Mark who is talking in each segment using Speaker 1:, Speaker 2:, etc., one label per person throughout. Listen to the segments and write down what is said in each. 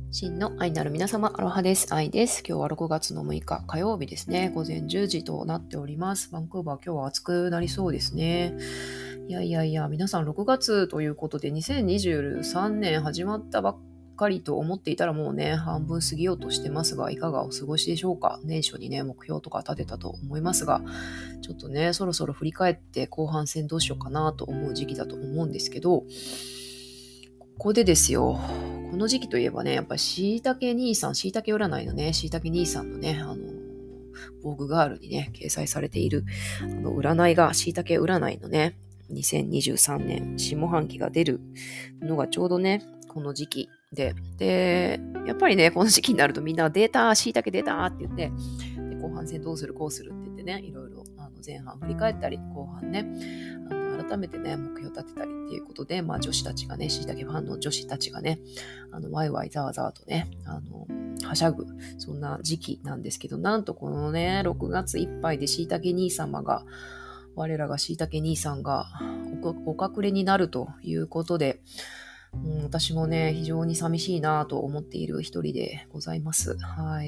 Speaker 1: 真の愛なる皆様、アロハです。愛です。今日は6月の6日火曜日ですね。午前10時となっております。バンクーバー今日は暑くなりそうですね。皆さん6月ということで2023年始まったばっかりと思っていたらもうね、半分過ぎようとしてますが、いかがお過ごしでしょうか。年初にね、目標とか立てたと思いますが、ちょっとね、そろそろ振り返って後半戦どうしようかなと思う時期だと思うんですけど、ここでですよ。この時期といえばね、やっぱり椎茸兄さん、椎茸占いのね、椎茸兄さんのね、ボーグガールにね、掲載されている、占いが、椎茸占いのね、2023年下半期が出るのがちょうどね、この時期で、やっぱりね、この時期になるとみんなデータ、椎茸出たって言って、で後半戦どうするこうするって言ってね、いろいろ前半振り返ったり、後半ね、改めてね、目標立てたりっていうことで、女子たちがね、椎茸ファンの女子たちがね、ワイワイザワザワとね、はしゃぐ、そんな時期なんですけど、なんとこのね、6月いっぱいで椎茸兄様が、我らが椎茸兄さんがお隠れになるということで、私もね、非常に寂しいなと思っている一人でございます。はい。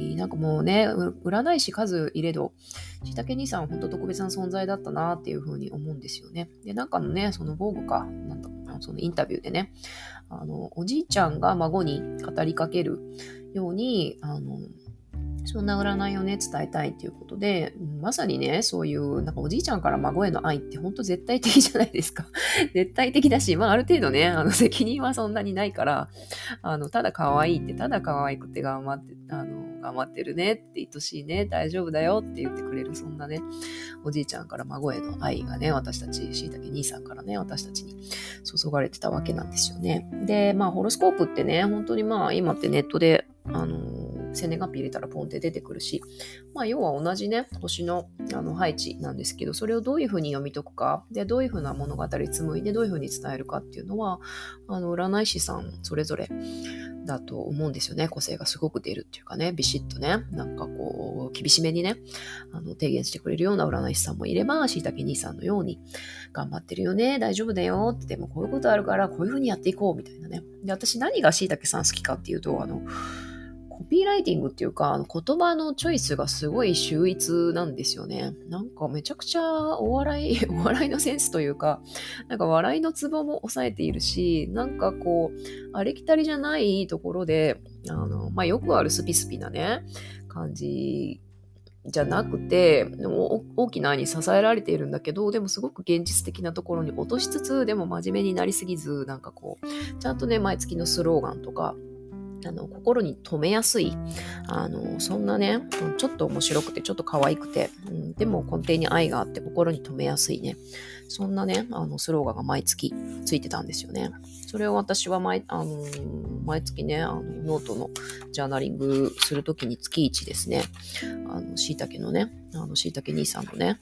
Speaker 1: なんかもうね、占い師数いれど、椎茸兄さんは本当特別な存在だったなっていうふうに思うんですよね。で、なんかのね、その防具か、なんだそのインタビューでね、おじいちゃんが孫に語りかけるように、そんな占いをね、伝えたいっていうことで、まさにね、そういう、なんかおじいちゃんから孫への愛って本当絶対的じゃないですか。絶対的だし、ある程度ね、責任はそんなにないから、ただ可愛いって、ただ可愛くて頑張って、頑張ってるねって、愛しいね、大丈夫だよって言ってくれる、そんなね、おじいちゃんから孫への愛がね、私たち、しいたけ兄さんからね、私たちに注がれてたわけなんですよね。で、ホロスコープってね、本当に今ってネットで、生年月日入れたらポンって出てくるし、要は同じね、星の配置なんですけど、それをどういうふうに読み解くか、で、どういうふうな物語紡いでどういうふうに伝えるかっていうのは、占い師さんそれぞれだと思うんですよね。個性がすごく出るっていうかね、ビシッとね、なんかこう、厳しめにね、提言してくれるような占い師さんもいれば、しいたけ兄さんのように、頑張ってるよね、大丈夫だよって、でもこういうことあるから、こういうふうにやっていこうみたいなね。で、私何がしいたけさん好きかっていうと、コピーライティングっていうか、言葉のチョイスがすごい秀逸なんですよね。なんかめちゃくちゃお笑いのセンスというか、なんか笑いのツボも抑えているし、なんかこう、ありきたりじゃないところで、よくあるスピスピなね、感じじゃなくて、大きな愛に支えられているんだけど、でもすごく現実的なところに落としつつ、でも真面目になりすぎず、なんかこう、ちゃんとね、毎月のスローガンとか、心に留めやすい、そんなね、ちょっと面白くて、ちょっと可愛くて、でも根底に愛があって心に留めやすいね、そんなね、スローガンが毎月ついてたんですよね。それを私は毎月ね、ノートのジャーナリングするときに月1ですね、しいたけのね、しいたけ兄さんのね、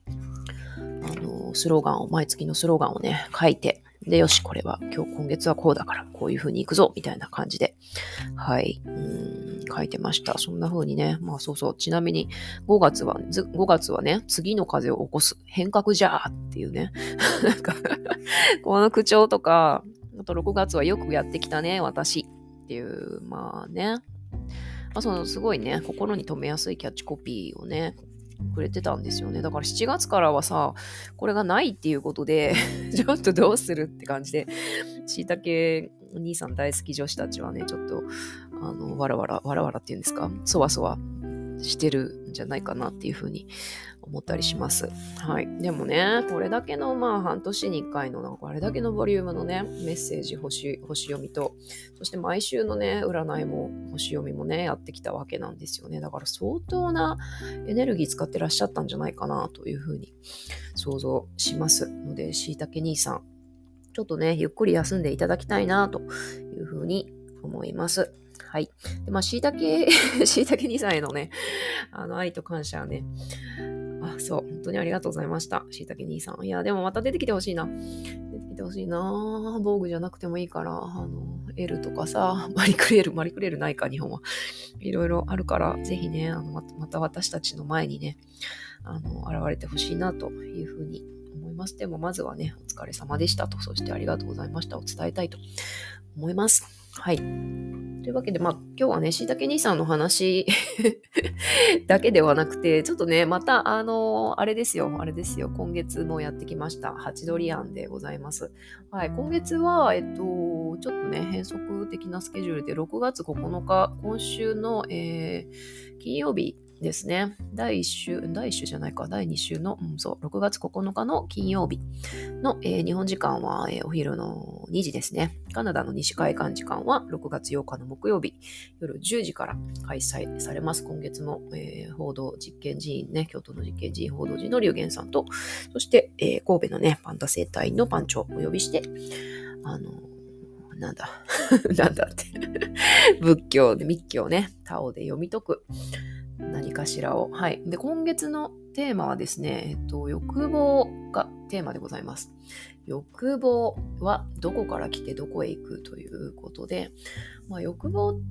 Speaker 1: 毎月のスローガンをね、書いて、で、よし、これは今月はこうだから、こういう風に行くぞ、みたいな感じで、はい、書いてました。そんな風にね、ちなみに5月はね、次の風を起こす、変革じゃーっていうね、なんかこの口調とか、あと6月はよくやってきたね、私っていう、すごいね、心に留めやすいキャッチコピーをね、くれてたんですよね。だから7月からはさ、これがないっていうことで、ちょっとどうするって感じで、しいたけ兄さん大好き女子たちはね、ちょっと、わらわらっていうんですか、そわそわしてるんじゃないかなっていうふうに思ったりします。はい。でもね、これだけの半年に1回のあれだけのボリュームのね、メッセージ星読みと、そして毎週のね、占いも星読みもね、やってきたわけなんですよね。だから相当なエネルギー使ってらっしゃったんじゃないかなというふうに想像しますので、しいたけ兄さん、ちょっとね、ゆっくり休んでいただきたいなというふうに思います。はい。で、しいたけ兄さんへのね、愛と感謝はね、本当にありがとうございました。しいたけ兄さん。いや、でもまた出てきてほしいな。出てきてほしいな。防具じゃなくてもいいから、L とかさ、マリクレールないか、日本は。いろいろあるから、ぜひね、また私たちの前にね、現れてほしいなというふうに思います。でもまずはね、お疲れ様でしたと、そしてありがとうございましたを伝えたいと思います。はい。とというわけで、今日はね、しいたけ兄さんの話だけではなくて、ちょっとね、また、あれですよ。今月もやってきました。ハチドリ案でございます。はい、今月は、ちょっとね、変則的なスケジュールで、6月9日、今週の、金曜日ですね。第2週の、6月9日の金曜日の、日本時間は、お昼の2時ですね。カナダの西海岸時間は6月8日の木曜日夜10時から開催されます。今月も、報道実験人員ね、京都の実験人員報道陣の龍玄さんと、そして、神戸のね、パンダ生態のパンチョをお呼びして、なんだって仏教で密教ね、タオで読み解く何かしらを。はい。で、今月のテーマはですね、欲望がテーマでございます。欲望はどこから来てどこへ行くということで、欲望って、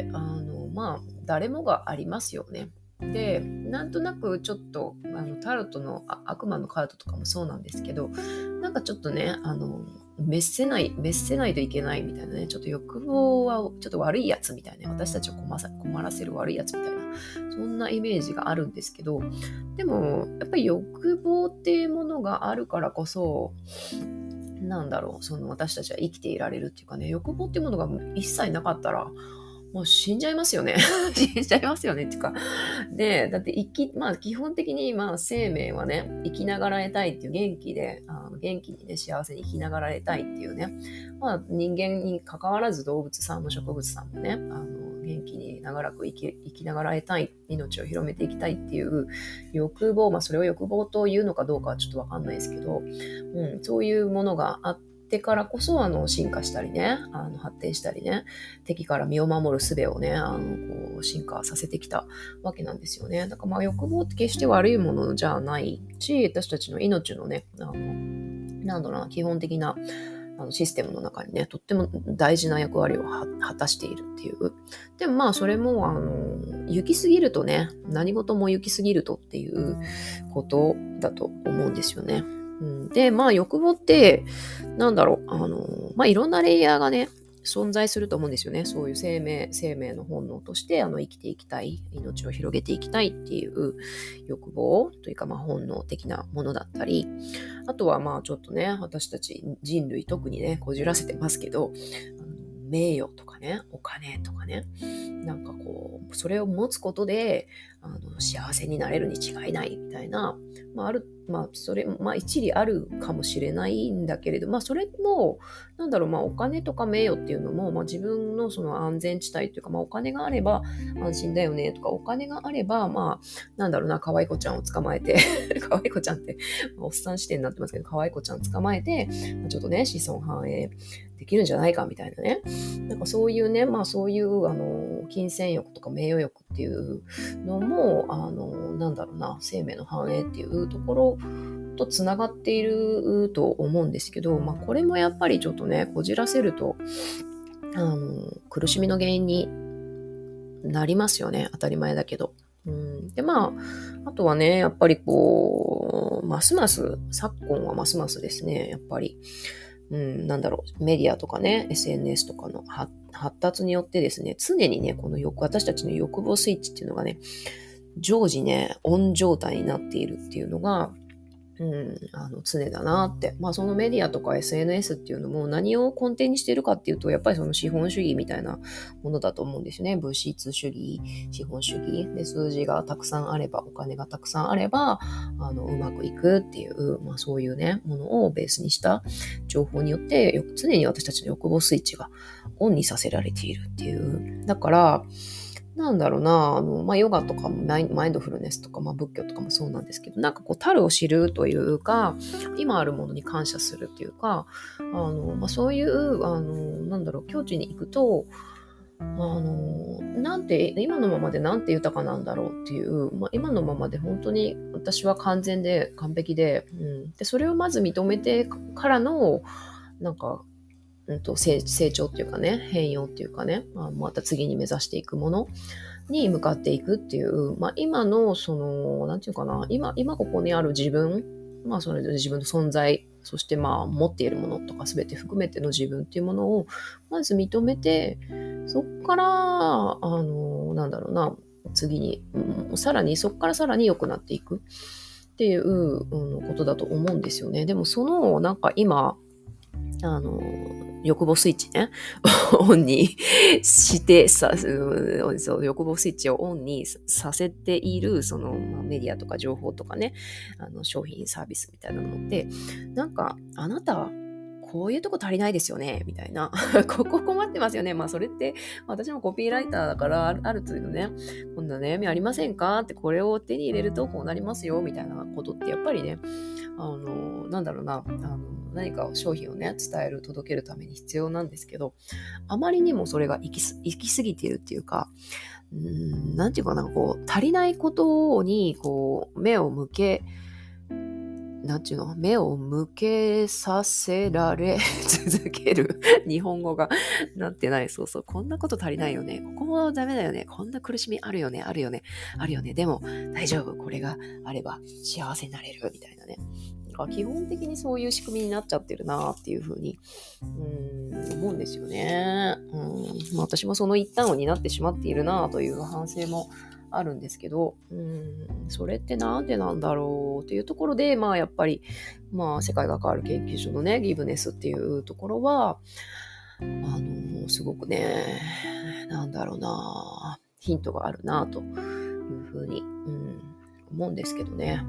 Speaker 1: 誰もがありますよね。で、なんとなくちょっと、タロットの悪魔のカードとかもそうなんですけど、なんかちょっとね、滅せないといけないみたいなね、ちょっと欲望はちょっと悪いやつみたいな、私たちを困らせる悪いやつみたいな、そんなイメージがあるんですけど、でも、やっぱり欲望っていうものがあるからこそ、その私たちは生きていられるっていうかね、欲望っていうものが一切なかったら、もう死んじゃいますよね。死んじゃいますよねっていうか。で、だって基本的に生命はね、生きながらえたいっていう元気で、元気にね、幸せに生きながらえたいっていうね。人間に関わらず動物さんも植物さんもね、元気に長らく生きながらえたい、命を広めていきたいっていう欲望、それを欲望というのかどうかはちょっとわかんないですけど、そういうものがあって、からこそ進化したりね、発展したりね、敵から身を守る術をね、進化させてきたわけなんですよね。だから欲望って決して悪いものじゃないし、私たちの命のね、基本的なシステムの中にね、とっても大事な役割を果たしているっていう。でもそれも行き過ぎるとね、何事も行き過ぎるとっていうことだと思うんですよね。で、欲望って、いろんなレイヤーがね、存在すると思うんですよね。そういう生命の本能として生きていきたい、命を広げていきたいっていう欲望というか本能的なものだったり、あとはちょっとね、私たち人類特にね、こじらせてますけど、名誉とかね、お金とかね、それを持つことで幸せになれるに違いないみたいな、それ一理あるかもしれないんだけれど、それもお金とか名誉っていうのも、自分のその安全地帯というか、お金があれば安心だよねとか、お金があれば可愛い子ちゃんを捕まえて可愛い子ちゃんっておっさん視点になってますけど、可愛い子ちゃん捕まえてちょっとね、子孫繁栄できるんじゃないかみたいなね、そういうね、そういう金銭欲とか名誉欲っていうのも生命の繁栄っていうところとつながっていると思うんですけど、これもやっぱりちょっとね、こじらせると苦しみの原因になりますよね。当たり前だけど。であとはね、やっぱりますます昨今はますますですね、やっぱりメディアとかね、SNS とかの発達によってですね、常にね、私たちの欲望スイッチっていうのがね、常時ね、オン状態になっているっていうのが、常だなって。そのメディアとか SNS っていうのも何を根底にしているかっていうと、やっぱりその資本主義みたいなものだと思うんですよね。物質主義、資本主義で、数字がたくさんあれば、お金がたくさんあれば、うまくいくっていう、そういうね、ものをベースにした情報によって、常に私たちの欲望スイッチがオンにさせられているっていう。だから、ヨガとかマインドフルネスとか、仏教とかもそうなんですけど、足るを知るというか、今あるものに感謝するというか、そういう、境地に行くと、今のままでなんて豊かなんだろうっていう、今のままで本当に私は完全で完璧で、でそれをまず認めてからの、成長っていうかね、変容っていうかね、また次に目指していくものに向かっていくっていう、今の今ここにある自分、それで自分の存在、そして持っているものとか全て含めての自分っていうものをまず認めて、 そっから、なんだろうな、次に、さらに、そっからさらに良くなっていくっていう、ことだと思うんですよね。でもその、なんか今、あの、欲望スイッチね、オンにしてそう、欲望スイッチをオンにさせている、メディアとか情報とかね、商品サービスみたいなのって、なんか、あなた、こういうとこ足りないですよね、みたいな。ここ困ってますよね。まあ、それって、私もコピーライターだから、ある程度ね、こんな悩みありませんかって、これを手に入れるとこうなりますよ、みたいなことって、やっぱりね、なんだろうな、何か商品をね、伝える、届けるために必要なんですけど、あまりにもそれが行き過ぎているっていうか、なんていうかな、こう、足りないことに、こう、目を向けさせられ続ける日本語がなってない。そうそう。こんなこと足りないよね。ここもダメだよね。こんな苦しみあるよね。あるよね。あるよね。でも大丈夫。これがあれば幸せになれる。みたいなね。基本的にそういう仕組みになっちゃってるなっていうふうに思うんですよね。私もその一端を担ってしまっているなという反省もあるんですけど、それってなんでなんだろうというところで、やっぱり、世界が変わる研究所のね、ギブネスっていうところは、すごくね、なんだろうな、ヒントがあるなというふうに、思うんですけどね。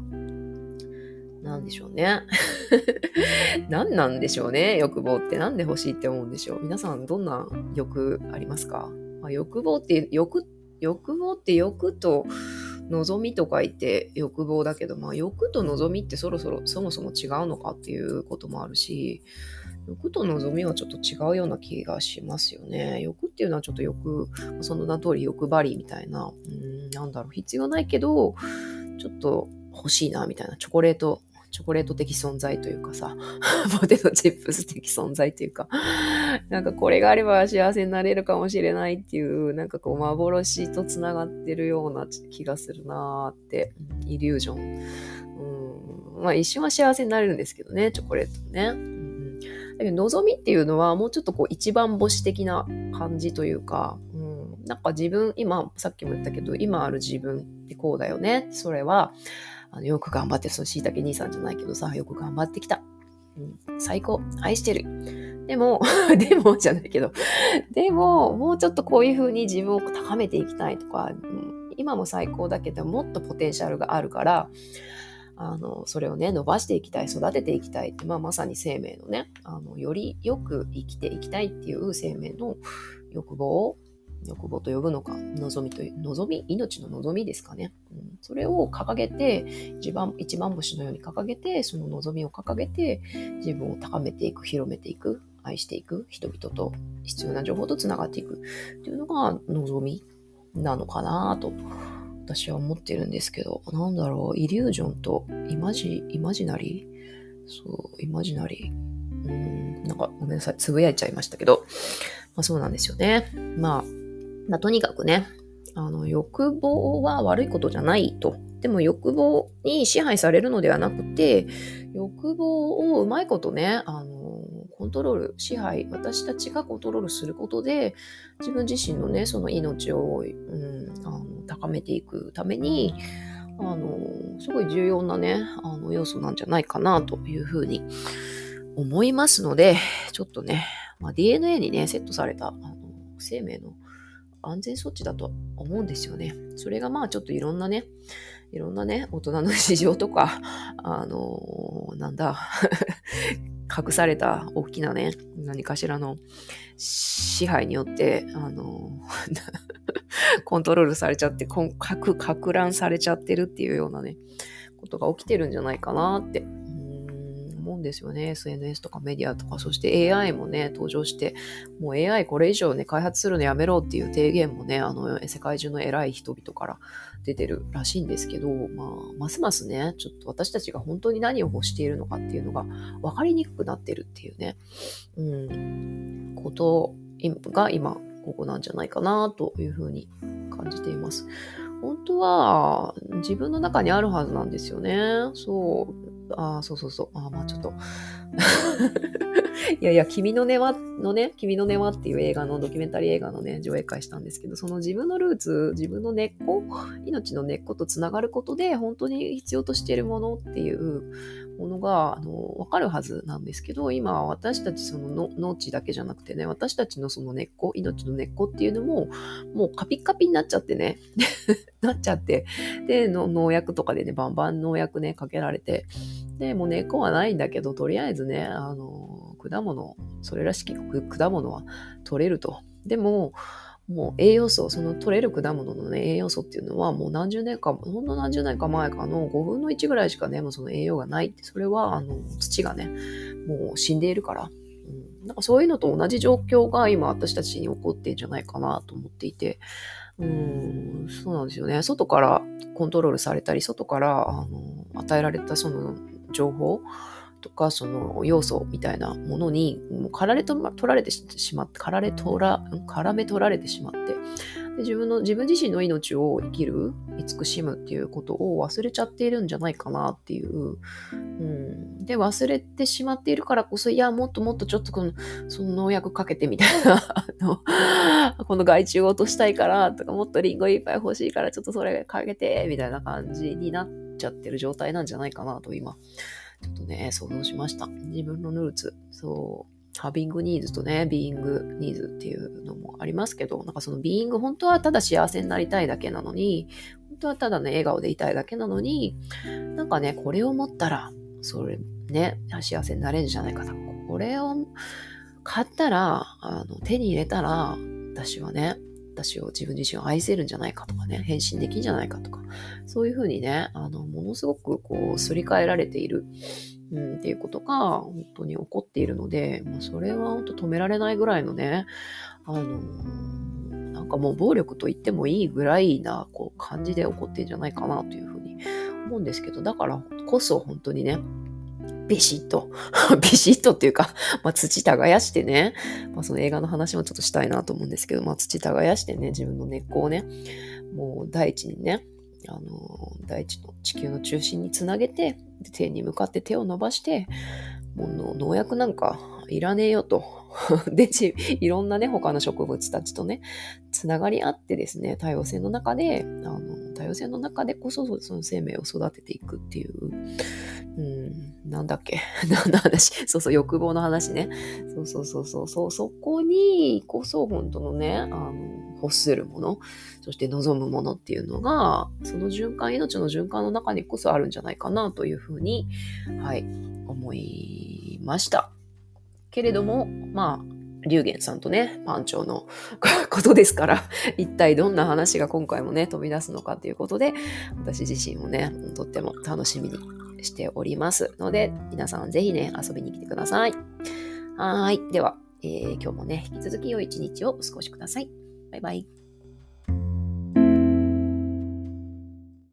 Speaker 1: なんでしょうね。何なんでしょうね、欲望って。なんで欲しいって思うんでしょう。皆さん、どんな欲ありますか？欲望って欲と望みと書いて欲望だけど、欲と望みってそもそも違うのかっていうこともあるし、欲と望みはちょっと違うような気がしますよね。欲っていうのはちょっとその名通り欲張りみたいな、必要ないけど、ちょっと欲しいなみたいな、チョコレート的存在というかさ、ポテトチップス的存在というか、なんかこれがあれば幸せになれるかもしれないっていう、なんかこう幻とつながってるような気がするなーって、イリュージョン。一瞬は幸せになれるんですけどね、チョコレートね。だけど望みっていうのはもうちょっとこう一番星的な感じというか、なんか今さっきも言ったけど、今ある自分ってこうだよね。それは、よく頑張ってる、そのしいたけ兄さんじゃないけどさ、よく頑張ってきた。最高、愛してる。でも、でもじゃないけど、でも、もうちょっとこういう風に自分を高めていきたいとか、今も最高だけど、もっとポテンシャルがあるから、それをね、伸ばしていきたい、育てていきたいって、まさに生命のね、よりよく生きていきたいっていう生命の欲望と呼ぶのか、命の望みですかね。それを掲げて、一番星のように掲げて、その望みを掲げて、自分を高めていく、広めていく、愛していく、人々と必要な情報とつながっていくっていうのが望みなのかなと、私は思ってるんですけど、なんだろう、イリュージョンとイマジナリーそう、イマジナリー。なんかごめんなさい、つぶやいちゃいましたけど、そうなんですよね。とにかくね、欲望は悪いことじゃないと。でも欲望に支配されるのではなくて、欲望をうまいことね、コントロール、私たちがコントロールすることで、自分自身のね、その命を、高めていくために、すごい重要なね、要素なんじゃないかなというふうに思いますので、ちょっとね、DNA にね、セットされた、生命の安全措置だと思うんですよね。それがちょっといろんなね、大人の事情とか、隠された大きなね、何かしらの支配によって、コントロールされちゃって、か乱されちゃってるっていうようなね、ことが起きてるんじゃないかなって思うんですよね。SNS とかメディアとか、そして AI もね、登場して、もう AI これ以上ね、開発するのやめろっていう提言もね、世界中の偉い人々から出てるらしいんですけど、ますますね、ちょっと私たちが本当に何を欲しているのかっていうのが分かりにくくなってるっていうね、ことが今、ここなんじゃないかなというふうに感じています。本当は自分の中にあるはずなんですよね。そう。 そうそうそう。まあちょっと。いやいや、君の根はのね、君の根はっていう映画の、ドキュメンタリー映画のね、上映会したんですけど、その自分のルーツ、自分の根っこ、命の根っことつながることで、本当に必要としているものっていうものが、わかるはずなんですけど、今、私たちの農地だけじゃなくてね、私たちのその根っこ、命の根っこっていうのも、もうカピッカピになっちゃってね、なっちゃって、で、農薬とかでね、バンバン農薬ね、かけられて、で、もう根っこはないんだけど、とりあえずね、果物、それらしき果物は取れると。でも、もう栄養素、その取れる果物のね、栄養素っていうのはもう何十年か、ほんの何十年か前かの5分の1ぐらいしかね、もうその栄養がないって、それは土がね、もう死んでいるから。なんかそういうのと同じ状況が今私たちに起こってんじゃないかなと思っていて、そうなんですよね。外からコントロールされたり、外から与えられたその情報とかその要素みたいなものにもう絡め取られてしまって、で自分自身の命を生きる、慈しむっていうことを忘れちゃっているんじゃないかなっていう。で、忘れてしまっているからこそ、いや、もっともっとちょっとその農薬かけてみたいな、この害虫を落としたいからとか、もっとリンゴいっぱい欲しいからちょっとそれかけて、みたいな感じになっちゃってる状態なんじゃないかなと今、ちょっとね、想像しました。自分のルーツ、そう、ハビングニーズとね、ビーイングニーズっていうのもありますけど、なんかそのビーイング、本当はただ幸せになりたいだけなのに、本当はただね、笑顔でいたいだけなのに、なんかね、これを持ったら、それね、幸せになれるんじゃないかと。これを買ったら、手に入れたら、私を自分自身を愛せるんじゃないかとかね、変身できるんじゃないかとか、そういうふうにね、ものすごくこう、すり替えられている、っていうことが本当に起こっているので、それは本当止められないぐらいのね、なんかもう暴力と言ってもいいぐらいなこう感じで起こってんじゃないかなというふうに思うんですけど、だからこそ本当にね、ビシッと、ビシッとっていうか、土耕してね、その映画の話もちょっとしたいなと思うんですけど、土耕してね、自分の根っこをね、もう大地にね、大地の地球の中心につなげて、天に向かって手を伸ばして、もう農薬なんかいらねえよと。で、いろんなね、他の植物たちとね、つながり合ってですね、多様性の中でこそ、その生命を育てていくっていう、なんだっけ何の話そうそう、欲望の話ね。そこにこそ本当のね、欲するもの、そして望むものっていうのが、その命の循環の中にこそあるんじゃないかなというふうに、はい、思いました。けれども、龍玄さんとね、パンチョのことですから、一体どんな話が今回もね、飛び出すのかということで、私自身もね、とっても楽しみにしておりますので、皆さんぜひね、遊びに来てください。はい。では、今日もね、引き続き良い一日をお過ごしください。バイバイ。